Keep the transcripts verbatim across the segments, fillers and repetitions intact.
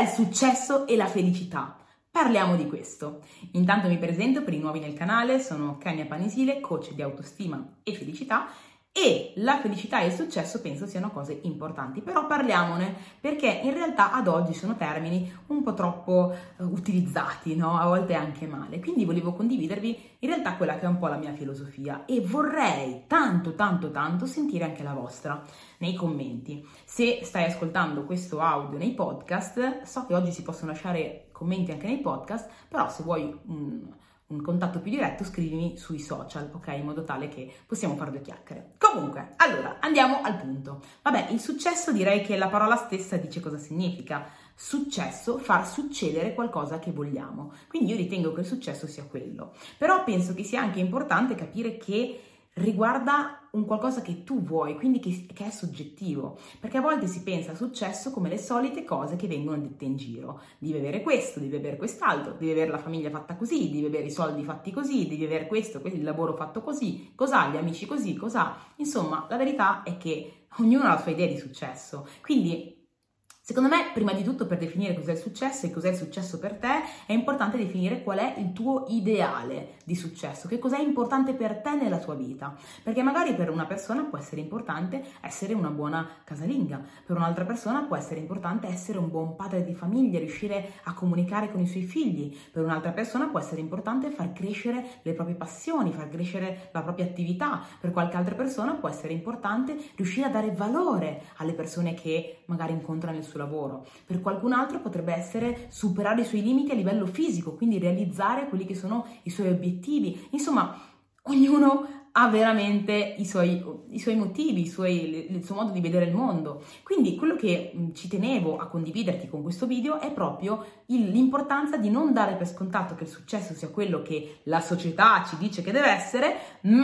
il successo e la felicità? Parliamo di questo. Intanto mi presento per i nuovi nel canale, sono Kenya Panisile, coach di autostima e felicità, e la felicità e il successo penso siano cose importanti, però parliamone, perché in realtà ad oggi sono termini un po' troppo uh, utilizzati, no? A volte anche male. Quindi volevo condividervi in realtà quella che è un po' la mia filosofia e vorrei tanto tanto tanto sentire anche la vostra nei commenti. Se stai ascoltando questo audio nei podcast, so che oggi si possono lasciare commenti anche nei podcast, però se vuoi un un contatto più diretto, scrivimi sui social, ok? In modo tale che possiamo fare due chiacchiere. Comunque, allora, andiamo al punto. Vabbè, il successo direi che la parola stessa dice cosa significa. Successo, far succedere qualcosa che vogliamo. Quindi io ritengo che il successo sia quello. Però penso che sia anche importante capire che riguarda un qualcosa che tu vuoi, quindi che, che è soggettivo, perché a volte si pensa a successo come le solite cose che vengono dette in giro: devi avere questo, devi avere quest'altro, devi avere la famiglia fatta così, devi avere i soldi fatti così, devi avere questo, questo il lavoro fatto così, cos'ha, gli amici così, cos'ha. Insomma, la verità è che ognuno ha la sua idea di successo, quindi secondo me, prima di tutto, per definire cos'è il successo e cos'è il successo per te, è importante definire qual è il tuo ideale di successo, che cos'è importante per te nella tua vita. Perché magari per una persona può essere importante essere una buona casalinga, per un'altra persona può essere importante essere un buon padre di famiglia, riuscire a comunicare con i suoi figli, per un'altra persona può essere importante far crescere le proprie passioni, far crescere la propria attività, per qualche altra persona può essere importante riuscire a dare valore alle persone che magari incontra nel suo lavoro. Per qualcun altro potrebbe essere superare i suoi limiti a livello fisico, quindi realizzare quelli che sono i suoi obiettivi. Insomma, ognuno ha veramente i suoi, i suoi motivi, i suoi, il suo modo di vedere il mondo. Quindi quello che ci tenevo a condividerti con questo video è proprio il, l'importanza di non dare per scontato che il successo sia quello che la società ci dice che deve essere,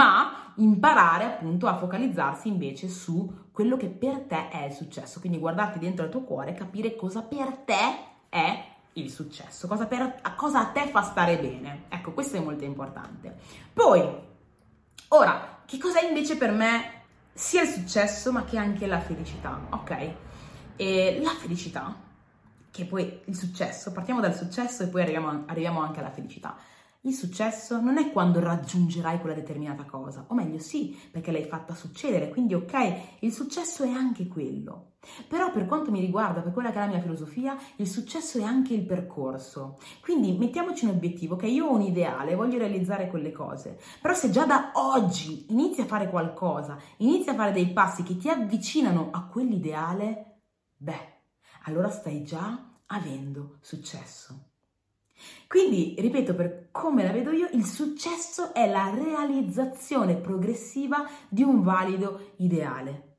ma imparare appunto a focalizzarsi invece su quello che per te è il successo. Quindi guardarti dentro al tuo cuore e capire cosa per te è il successo, cosa, per, cosa a te fa stare bene. Ecco, questo è molto importante. Poi, ora, che cos'è invece per me sia il successo ma che anche la felicità, ok? E la felicità, che poi il successo, partiamo dal successo e poi arriviamo, arriviamo anche alla felicità. Il successo non è quando raggiungerai quella determinata cosa, o meglio sì, perché l'hai fatta succedere, quindi ok, il successo è anche quello. Però per quanto mi riguarda, per quella che è la mia filosofia, il successo è anche il percorso. Quindi mettiamoci un obiettivo, che io ho un ideale, voglio realizzare quelle cose, però se già da oggi inizi a fare qualcosa, inizi a fare dei passi che ti avvicinano a quell'ideale, beh, allora stai già avendo successo. Quindi, ripeto, per come la vedo io, il successo è la realizzazione progressiva di un valido ideale.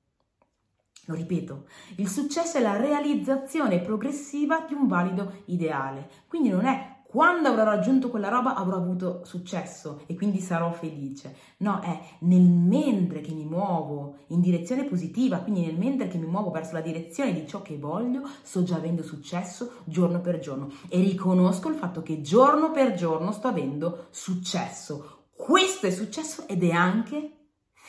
Lo ripeto, il successo è la realizzazione progressiva di un valido ideale. Quindi non è quando avrò raggiunto quella roba avrò avuto successo e quindi sarò felice. No, è nel mentre che mi muovo in direzione positiva, quindi nel mentre che mi muovo verso la direzione di ciò che voglio, sto già avendo successo giorno per giorno e riconosco il fatto che giorno per giorno sto avendo successo. Questo è successo ed è anche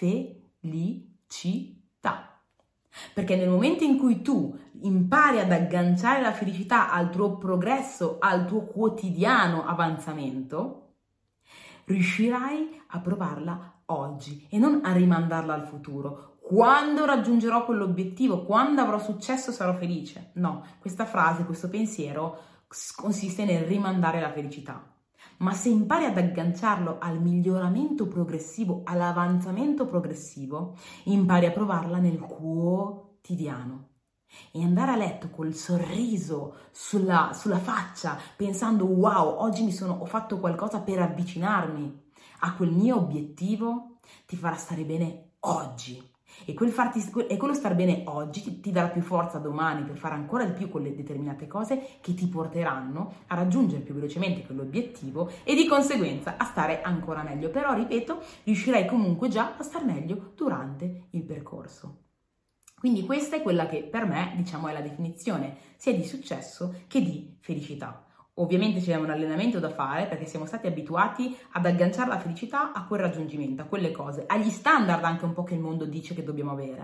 felicità. Perché nel momento in cui tu impari ad agganciare la felicità al tuo progresso, al tuo quotidiano avanzamento, riuscirai a provarla oggi e non a rimandarla al futuro. Quando raggiungerò quell'obiettivo, quando avrò successo sarò felice. No, questa frase, questo pensiero consiste nel rimandare la felicità. Ma se impari ad agganciarlo al miglioramento progressivo, all'avanzamento progressivo, impari a provarla nel quotidiano. E andare a letto col sorriso sulla, sulla faccia, pensando wow, oggi mi sono, ho fatto qualcosa per avvicinarmi a quel mio obiettivo, ti farà stare bene oggi. E, quel farti, e quello star bene oggi ti, ti darà più forza domani per fare ancora di più quelle determinate cose che ti porteranno a raggiungere più velocemente quell'obiettivo e di conseguenza a stare ancora meglio. Però, ripeto, riuscirai comunque già a star meglio durante il percorso. Quindi questa è quella che per me, diciamo, è la definizione sia di successo che di felicità. Ovviamente c'è un allenamento da fare perché siamo stati abituati ad agganciare la felicità a quel raggiungimento, a quelle cose, agli standard anche un po' che il mondo dice che dobbiamo avere.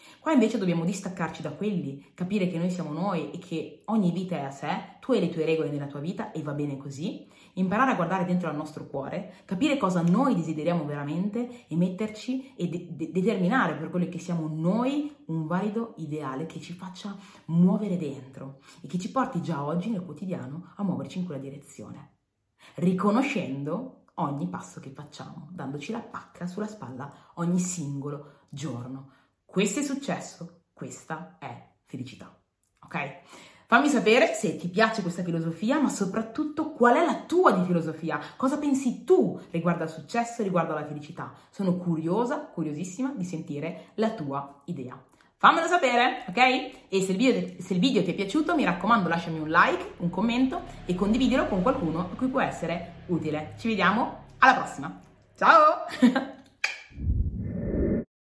Qua invece dobbiamo distaccarci da quelli, capire che noi siamo noi e che ogni vita è a sé, tu hai le tue regole nella tua vita e va bene così, imparare a guardare dentro al nostro cuore, capire cosa noi desideriamo veramente e metterci e de- de- determinare per quello che siamo noi un valido ideale che ci faccia muovere dentro e che ci porti già oggi nel quotidiano a muoverci in quella direzione, riconoscendo ogni passo che facciamo, dandoci la pacca sulla spalla ogni singolo giorno. Questo è successo, questa è felicità, ok? Fammi sapere se ti piace questa filosofia, ma soprattutto qual è la tua di filosofia, cosa pensi tu riguardo al successo e riguardo alla felicità. Sono curiosa, curiosissima di sentire la tua idea. Fammelo sapere, ok? E se il, video, se il video ti è piaciuto, mi raccomando, lasciami un like, un commento e condividilo con qualcuno a cui può essere utile. Ci vediamo alla prossima. Ciao!